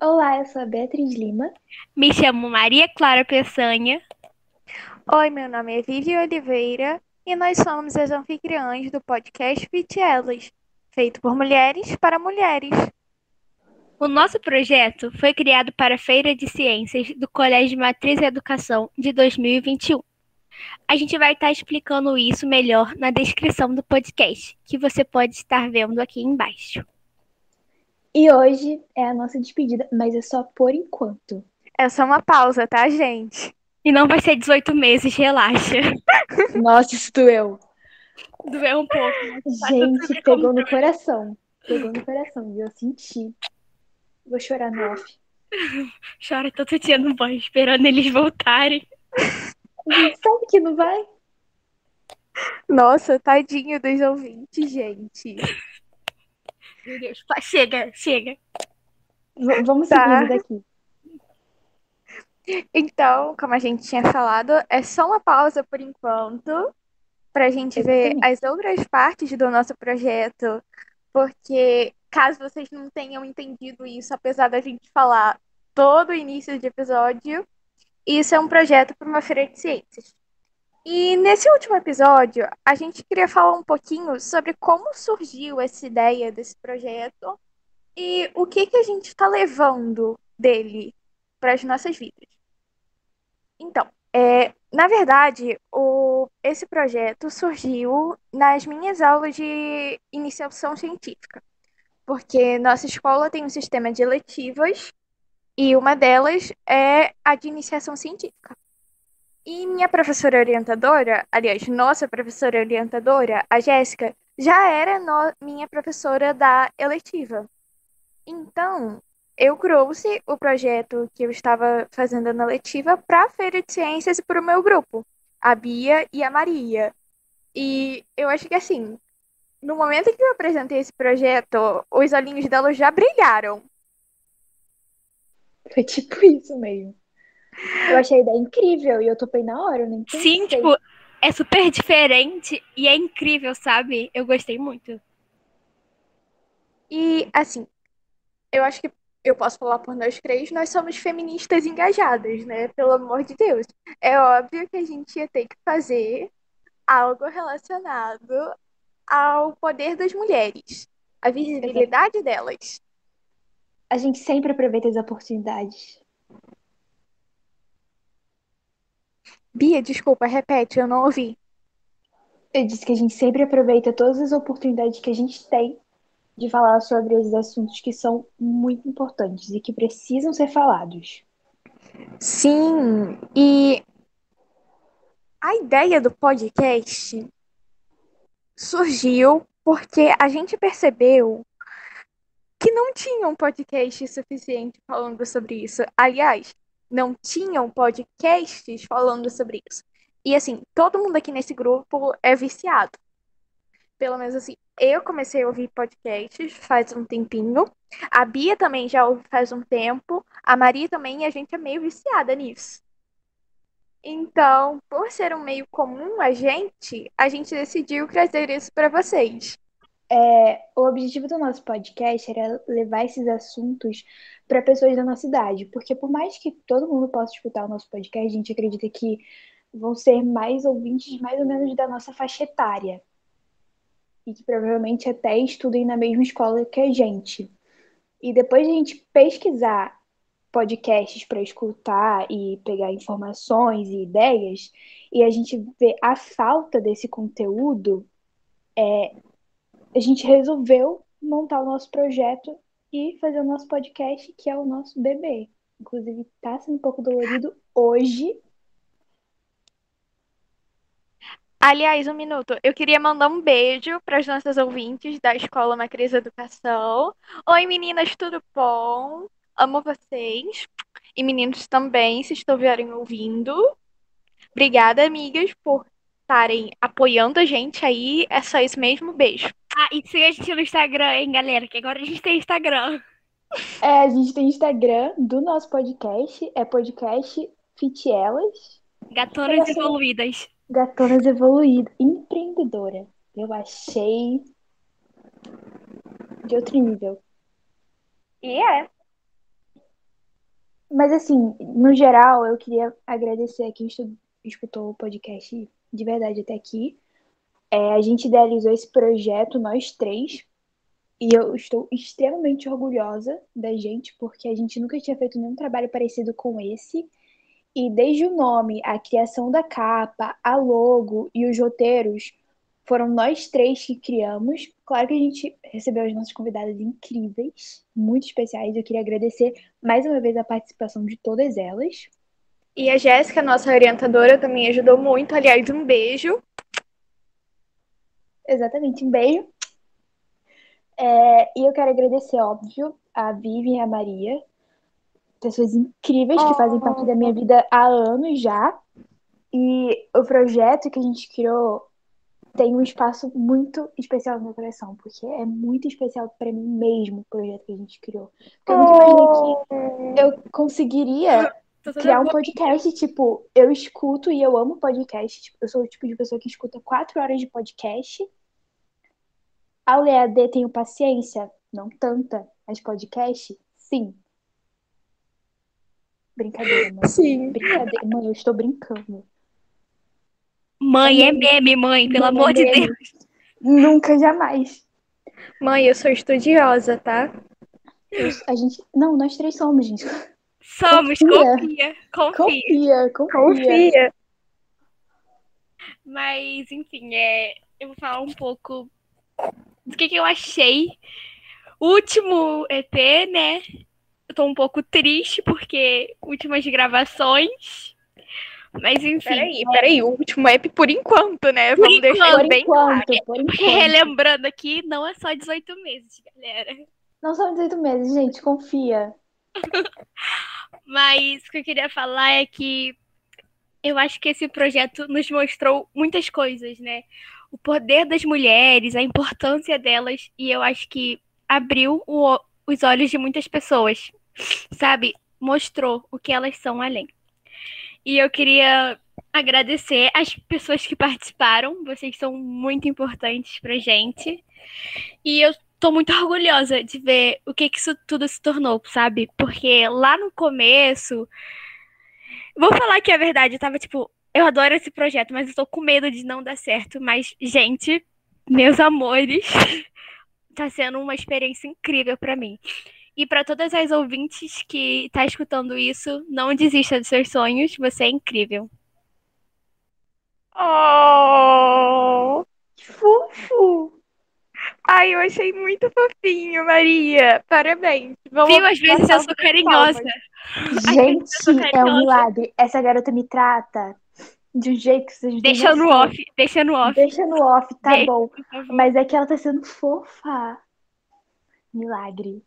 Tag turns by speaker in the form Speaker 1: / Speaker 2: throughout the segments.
Speaker 1: Olá, eu sou a Beatriz Lima.
Speaker 2: Me chamo Maria Clara Peçanha.
Speaker 3: Oi, meu nome é Vivi Oliveira e nós somos as anfitriãs do podcast Fit Elas, feito por mulheres para mulheres.
Speaker 2: O nosso projeto foi criado para a Feira de Ciências do Colégio Matriz e Educação de 2021. A gente vai estar explicando isso melhor na descrição do podcast, que você pode estar vendo aqui embaixo.
Speaker 1: E hoje é a nossa despedida, mas é só por enquanto.
Speaker 3: É só uma pausa, tá, gente?
Speaker 2: E não vai ser 18 meses, relaxa.
Speaker 1: Nossa, isso doeu.
Speaker 2: Doeu um pouco, mas tá tudo
Speaker 1: Gente,
Speaker 2: se
Speaker 1: pegou no
Speaker 2: recuperando.
Speaker 1: coração. Pegou no coração, viu? Eu senti. Vou chorar no off.
Speaker 2: Chora todo dia no banho, esperando eles voltarem.
Speaker 1: A gente sabe que não vai.
Speaker 3: Nossa, tadinho dos ouvintes, gente.
Speaker 2: Meu Deus, chega, chega.
Speaker 1: Vamos seguindo
Speaker 3: Tá?
Speaker 1: daqui.
Speaker 3: Então, como a gente tinha falado, é só uma pausa por enquanto, para a gente ver
Speaker 1: Exatamente.
Speaker 3: as outras partes do nosso projeto, porque caso vocês não tenham entendido isso, apesar da gente falar todo o início de episódio, isso é um projeto para uma feira de ciências. E nesse último episódio, a gente queria falar um pouquinho sobre como surgiu essa ideia desse projeto e o que que a gente está levando dele para as nossas vidas. Então, na verdade, esse projeto surgiu nas minhas aulas de iniciação científica, porque nossa escola tem um sistema de eletivas e uma delas é a de iniciação científica. E minha professora orientadora, aliás, nossa professora orientadora, a Jéssica, já era minha professora da eletiva. Então, eu trouxe o projeto que eu estava fazendo na letiva para a Feira de Ciências e para o meu grupo, a Bia e a Maria. E eu acho que assim, no momento em que eu apresentei esse projeto, os olhinhos dela já brilharam.
Speaker 1: Foi tipo isso mesmo. Eu achei a ideia incrível e eu topei na hora, eu nem
Speaker 2: Sim,
Speaker 1: pensei.
Speaker 2: tipo, é super diferente e é incrível, sabe? Eu gostei muito.
Speaker 3: E assim, eu acho que eu posso falar por nós três, nós somos feministas engajadas, né? Pelo amor de Deus. É óbvio que a gente ia ter que fazer algo relacionado ao poder das mulheres, a
Speaker 1: Exato.
Speaker 3: visibilidade delas.
Speaker 1: A gente sempre aproveita as oportunidades.
Speaker 3: Bia, desculpa, repete, eu não ouvi.
Speaker 1: Eu disse que a gente sempre aproveita todas as oportunidades que a gente tem de falar sobre esses assuntos que são muito importantes e que precisam ser falados.
Speaker 3: Sim, e a ideia do podcast surgiu porque a gente percebeu que não tinha um podcast suficiente falando sobre isso. Aliás, não tinham podcasts falando sobre isso. E assim, todo mundo aqui nesse grupo é viciado. Pelo menos assim, eu comecei a ouvir podcasts faz um tempinho. A Bia também já ouve faz um tempo. A Maria também, e a gente é meio viciada nisso. Então, por ser um meio comum a gente decidiu trazer isso para vocês.
Speaker 1: O objetivo do nosso podcast era levar esses assuntos para pessoas da nossa idade, porque por mais que todo mundo possa escutar o nosso podcast, a gente acredita que vão ser mais ouvintes mais ou menos da nossa faixa etária e que provavelmente até estudem na mesma escola que a gente. E depois de a gente pesquisar podcasts para escutar e pegar informações e ideias, e a gente vê a falta desse conteúdo, a gente resolveu montar o nosso projeto e fazer o nosso podcast, que é o nosso bebê. Inclusive, tá sendo um pouco dolorido hoje.
Speaker 3: Aliás, um minuto. Eu queria mandar um beijo para as nossas ouvintes da Escola Macris Educação. Oi, meninas, tudo bom? Amo vocês. E meninos também, se estiverem ouvindo. Obrigada, amigas, por estarem apoiando a gente aí. É só isso mesmo. Beijo.
Speaker 2: Ah, e siga a gente no Instagram, hein, galera? Que agora a gente tem Instagram.
Speaker 1: A gente tem Instagram do nosso podcast, é podcast Fit Elas. É
Speaker 2: Gatonas
Speaker 1: nossa
Speaker 2: evoluídas.
Speaker 1: gatonas evoluída, empreendedora. Eu achei de outro nível.
Speaker 3: E é.
Speaker 1: Mas assim, no geral, eu queria agradecer a quem escutou o podcast de verdade até aqui. A gente idealizou esse projeto, nós três, e eu estou extremamente orgulhosa da gente, porque a gente nunca tinha feito nenhum trabalho parecido com esse. E desde o nome, a criação da capa, a logo e os roteiros, foram nós três que criamos. Claro que a gente recebeu as nossas convidadas incríveis, muito especiais. Eu queria agradecer mais uma vez a participação de todas elas.
Speaker 3: E a Jéssica, nossa orientadora, também ajudou muito. Aliás, um beijo.
Speaker 1: Exatamente, um beijo. E eu quero agradecer, óbvio, a Vivi e a Maria, pessoas incríveis que fazem parte da minha vida há anos já. E o projeto que a gente criou tem um espaço muito especial no meu coração, porque é muito especial para mim mesmo o projeto que a gente criou. Porque eu nunca imaginei que eu conseguiria criar um podcast, tipo, eu escuto e eu amo podcast, tipo, eu sou o tipo de pessoa que escuta 4 horas de podcast. Ao EAD tenho paciência, não tanta, mas podcast, sim. Brincadeira, mãe.
Speaker 3: Sim.
Speaker 1: Brincadeira, mãe, eu estou brincando.
Speaker 2: Mãe, é meme, mãe, pelo amor de Deus.
Speaker 1: Nunca, jamais.
Speaker 3: Mãe, eu sou estudiosa, tá?
Speaker 1: Não, nós três somos, gente.
Speaker 2: Somos, confia.
Speaker 3: Confia.
Speaker 2: Mas, enfim, eu vou falar um pouco do que eu achei. O último EP, né? Eu tô um pouco triste porque últimas gravações. Mas enfim.
Speaker 3: Peraí, o último EP por enquanto, né? Vamos deixar
Speaker 1: por
Speaker 3: bem
Speaker 1: enquanto,
Speaker 3: claro.
Speaker 1: por enquanto.
Speaker 2: Porque relembrando aqui, não é só 18 meses, galera.
Speaker 1: Não são 18 meses, gente, confia.
Speaker 2: Mas o que eu queria falar é que eu acho que esse projeto nos mostrou muitas coisas, né? O poder das mulheres, a importância delas, e eu acho que abriu os olhos de muitas pessoas, sabe? Mostrou o que elas são além. E eu queria agradecer as pessoas que participaram, vocês são muito importantes pra gente. E eu tô muito orgulhosa de ver o que isso tudo se tornou, sabe? Porque lá no começo, vou falar que é verdade, eu tava tipo, eu adoro esse projeto, mas eu tô com medo de não dar certo. Mas, gente, meus amores, tá sendo uma experiência incrível pra mim. E para todas as ouvintes que tá escutando isso, não desista dos seus sonhos, você é incrível.
Speaker 3: Oh, que fofo! Ai, eu achei muito fofinho, Maria. Parabéns. Vamos
Speaker 2: Viu? Às vezes eu sou carinhosa.
Speaker 1: Gente, é um milagre. Essa garota me trata de um jeito que vocês não têm
Speaker 2: Deixa no
Speaker 1: noção.
Speaker 2: off, deixa no off.
Speaker 1: Deixa no off, tá
Speaker 2: Deixa,
Speaker 1: bom.
Speaker 2: por favor.
Speaker 1: Mas é que ela tá sendo fofa. Milagre.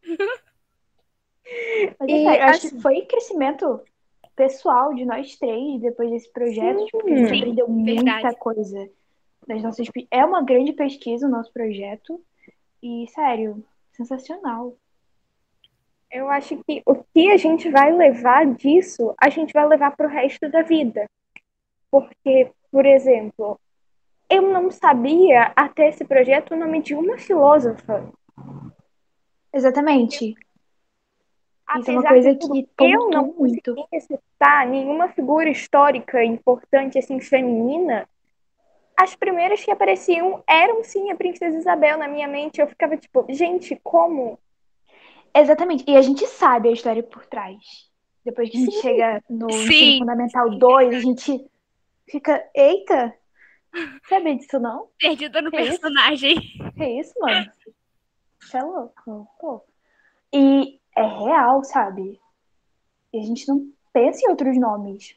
Speaker 1: Mas é sério, eu acho que foi crescimento pessoal de nós três depois desse projeto, porque a gente aprendeu muita coisa. É uma grande pesquisa o nosso projeto. E, sério, sensacional.
Speaker 3: Eu acho que o que a gente vai levar disso, a gente vai levar pro resto da vida. Porque, por exemplo, eu não sabia até esse projeto o nome de uma filósofa.
Speaker 1: Exatamente. Isso é uma
Speaker 3: Apesar
Speaker 1: coisa
Speaker 3: de tudo,
Speaker 1: que
Speaker 3: eu não
Speaker 1: pontua muito.
Speaker 3: consegui citar nenhuma figura histórica importante, assim, feminina. As primeiras que apareciam eram, sim, a Princesa Isabel na minha mente. Eu ficava tipo, gente, como?
Speaker 1: Exatamente. E a gente sabe a história por trás. Depois que a gente chega no Ensino Fundamental 2, a gente fica, eita, sabia disso não?
Speaker 2: Perdida no personagem.
Speaker 1: Que isso, mano? Você é louco, pô. E é real, sabe? E a gente não pensa em outros nomes.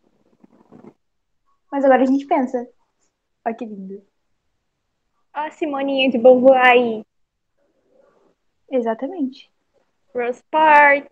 Speaker 1: Mas agora a gente pensa. Olha que lindo.
Speaker 3: A Simoninha de Beauvoir,
Speaker 1: Exatamente.
Speaker 3: Rose Parks,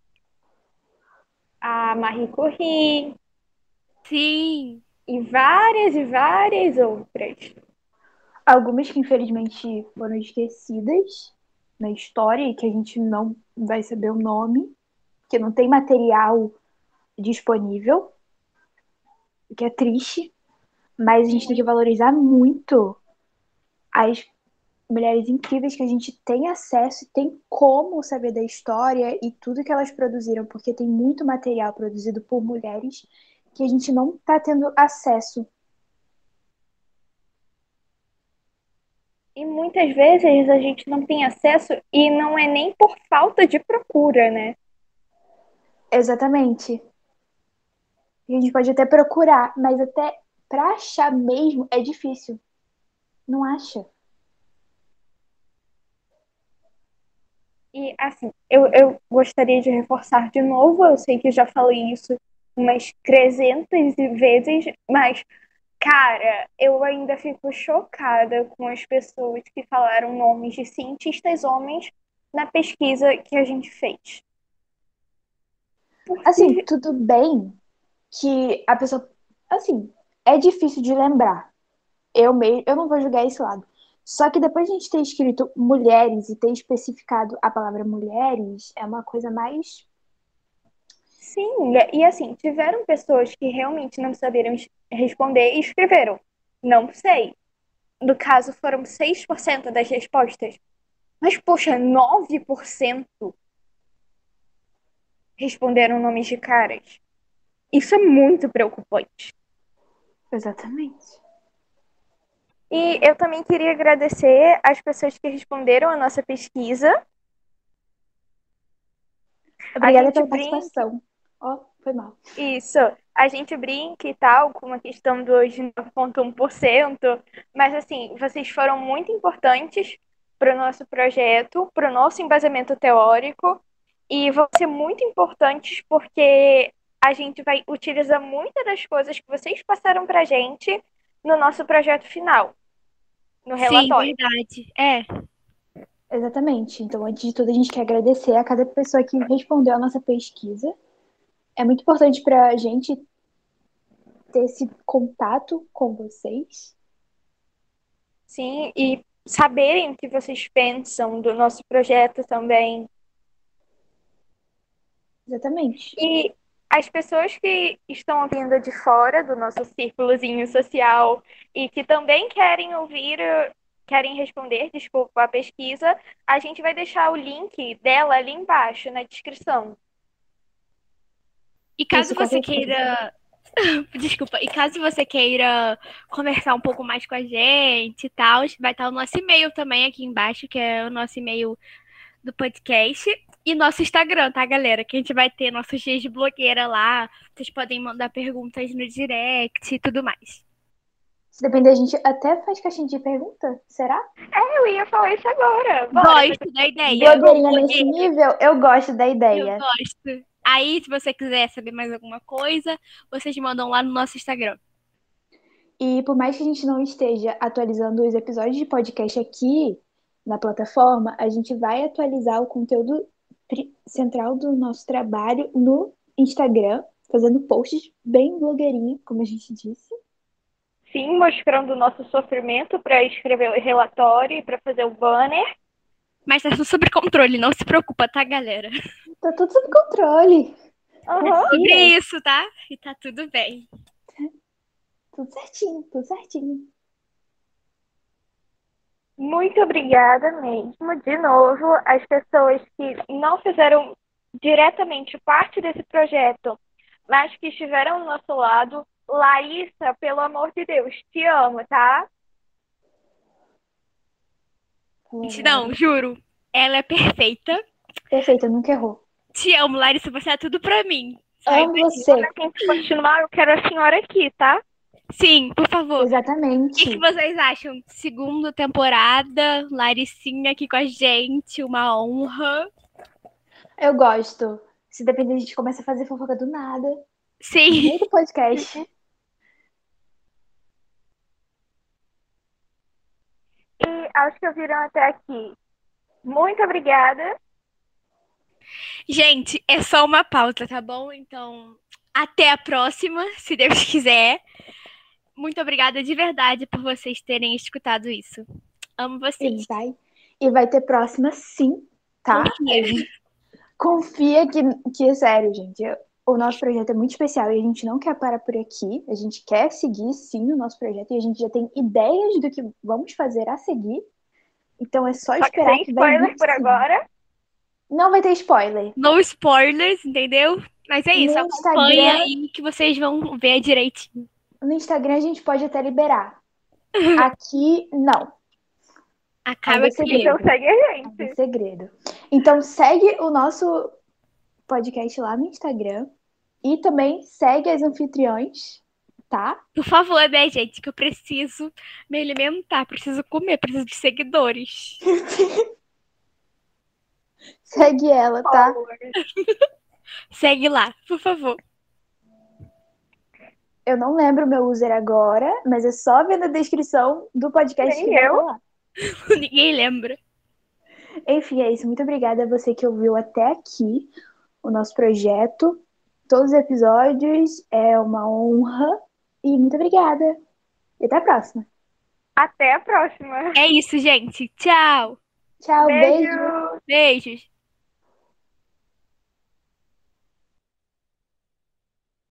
Speaker 3: a Marie Curie.
Speaker 2: Sim.
Speaker 3: E várias outras.
Speaker 1: Algumas que infelizmente foram esquecidas na história e que a gente não vai saber o nome, porque não tem material disponível, o que é triste, mas a gente tem que valorizar muito as mulheres incríveis que a gente tem acesso e tem como saber da história e tudo que elas produziram, porque tem muito material produzido por mulheres que a gente não está tendo acesso.
Speaker 3: E muitas vezes a gente não tem acesso e não é nem por falta de procura, né?
Speaker 1: Exatamente. E a gente pode até procurar, mas até para achar mesmo é difícil. Não acha?
Speaker 3: E assim, eu gostaria de reforçar de novo, eu sei que já falei isso umas 300 vezes, mas, cara, eu ainda fico chocada com as pessoas que falaram nomes de cientistas homens na pesquisa que a gente fez.
Speaker 1: Assim,
Speaker 3: Porque,
Speaker 1: tudo bem que a pessoa. Assim, é difícil de lembrar. Eu não vou julgar esse lado. Só que depois de a gente ter escrito mulheres e ter especificado a palavra mulheres, é uma coisa mais.
Speaker 3: sim, e assim, tiveram pessoas que realmente não saberam responder e escreveram. Não sei. No caso, foram 6% das respostas. Mas, poxa, 9% responderam nomes de caras. Isso é muito preocupante.
Speaker 1: Exatamente.
Speaker 3: E eu também queria agradecer as pessoas que responderam a nossa pesquisa. A
Speaker 1: Obrigada
Speaker 3: gente
Speaker 1: pela
Speaker 3: brinca,
Speaker 1: participação. Ó, foi mal.
Speaker 3: isso, a gente brinca e tal, com a questão dos 9,1%, mas assim, vocês foram muito importantes para o nosso projeto, para o nosso embasamento teórico, e vão ser muito importantes porque a gente vai utilizar muitas das coisas que vocês passaram para a gente no nosso projeto final, no
Speaker 2: Sim,
Speaker 3: relatório.
Speaker 2: verdade. É.
Speaker 1: Exatamente. Então, antes de tudo, a gente quer agradecer a cada pessoa que respondeu a nossa pesquisa. É muito importante para a gente ter esse contato com vocês.
Speaker 3: Sim, e saberem o que vocês pensam do nosso projeto também.
Speaker 1: Exatamente.
Speaker 3: E as pessoas que estão vindo de fora do nosso círculozinho social e que também querem ouvir, querem responder, desculpa, a pesquisa, a gente vai deixar o link dela ali embaixo na descrição.
Speaker 2: E caso
Speaker 1: Isso, com
Speaker 2: você
Speaker 1: certeza.
Speaker 2: queira. Desculpa, e caso você queira conversar um pouco mais com a gente e tal, vai estar o nosso e-mail também aqui embaixo, que é o nosso e-mail do podcast. E nosso Instagram, tá, galera? Que a gente vai ter nossos dias de blogueira lá. Vocês podem mandar perguntas no direct e tudo mais.
Speaker 1: Se depender, a gente até faz caixinha de pergunta. Será?
Speaker 3: Eu ia falar isso agora. Bora fazer.
Speaker 2: Gosto da ideia. Ô,
Speaker 1: Blogueirinha nesse
Speaker 2: blogueira,
Speaker 1: nível, eu gosto da
Speaker 2: eu
Speaker 1: ideia.
Speaker 2: gosto. Aí, se você quiser saber mais alguma coisa, vocês mandam lá no nosso Instagram.
Speaker 1: E por mais que a gente não esteja atualizando os episódios de podcast aqui na plataforma, a gente vai atualizar o conteúdo central do nosso trabalho no Instagram, fazendo posts bem blogueirinha, como a gente disse.
Speaker 3: Sim, mostrando o nosso sofrimento para escrever o relatório e para fazer o banner.
Speaker 2: Mas tá tudo sob controle, não se preocupa, tá, galera?
Speaker 1: Tá tudo sob controle.
Speaker 3: Uhum.
Speaker 2: Sobre
Speaker 1: Confia.
Speaker 2: isso, tá? E tá tudo bem.
Speaker 1: Tudo certinho, tudo certinho.
Speaker 3: Muito obrigada mesmo, de novo, às pessoas que não fizeram diretamente parte desse projeto, mas que estiveram ao nosso lado. Larissa, pelo amor de Deus, te amo, tá?
Speaker 2: Não, juro. Ela é perfeita.
Speaker 1: Perfeito, nunca errou.
Speaker 2: Te amo, Larissa. Você é tudo pra mim.
Speaker 1: Amo você.
Speaker 3: Pra quem continuar, eu quero a senhora aqui, tá?
Speaker 2: Sim, por favor. O que
Speaker 1: Exatamente.
Speaker 2: vocês acham? Segunda temporada, Laricinha aqui com a gente, uma honra.
Speaker 1: Eu gosto. Se depender, a gente começa a fazer fofoca do nada. No
Speaker 2: Sim.
Speaker 1: meio do podcast.
Speaker 3: E aos que ouviram até aqui, muito obrigada.
Speaker 2: Gente, é só uma pauta, tá bom? Então, até a próxima, se Deus quiser. Muito obrigada de verdade por vocês terem escutado isso. Amo vocês.
Speaker 1: E vai ter próxima sim, tá?
Speaker 2: Confia.
Speaker 1: Confia que é sério, gente. O nosso projeto é muito especial e a gente não quer parar por aqui. A gente quer seguir sim o nosso projeto e a gente já tem ideias do que vamos fazer a seguir. Então é só
Speaker 3: Só que
Speaker 1: esperar
Speaker 3: sem
Speaker 1: que vai
Speaker 3: spoiler
Speaker 1: vir
Speaker 3: por
Speaker 1: sim.
Speaker 3: agora.
Speaker 1: Não vai ter spoiler.
Speaker 2: No spoilers, entendeu? Mas é isso,
Speaker 1: No
Speaker 2: acompanha
Speaker 1: Instagram,
Speaker 2: aí que vocês vão ver direitinho.
Speaker 1: no Instagram a gente pode até liberar. Aqui, não.
Speaker 2: Acaba
Speaker 1: Ainda é
Speaker 2: que
Speaker 3: Então
Speaker 1: segredo.
Speaker 3: segue a
Speaker 1: Ainda é
Speaker 3: gente.
Speaker 1: segredo. Então segue o nosso podcast lá no Instagram. E também segue as anfitriões, tá?
Speaker 2: por favor, né, gente, que eu preciso me alimentar, preciso comer, preciso de seguidores.
Speaker 1: Segue ela, tá?
Speaker 3: Followers.
Speaker 2: Segue lá, por favor.
Speaker 1: Eu não lembro o meu user agora, mas é só ver na descrição do podcast que
Speaker 3: Nem
Speaker 1: vai
Speaker 3: eu.
Speaker 1: estar lá.
Speaker 2: Ninguém lembra.
Speaker 1: Enfim, é isso. Muito obrigada a você que ouviu até aqui o nosso projeto. Todos os episódios é uma honra. E muito obrigada. E até a próxima.
Speaker 3: Até a próxima.
Speaker 2: É isso, gente. Tchau.
Speaker 1: Tchau, beijo.
Speaker 3: Beijo.
Speaker 2: Beijos.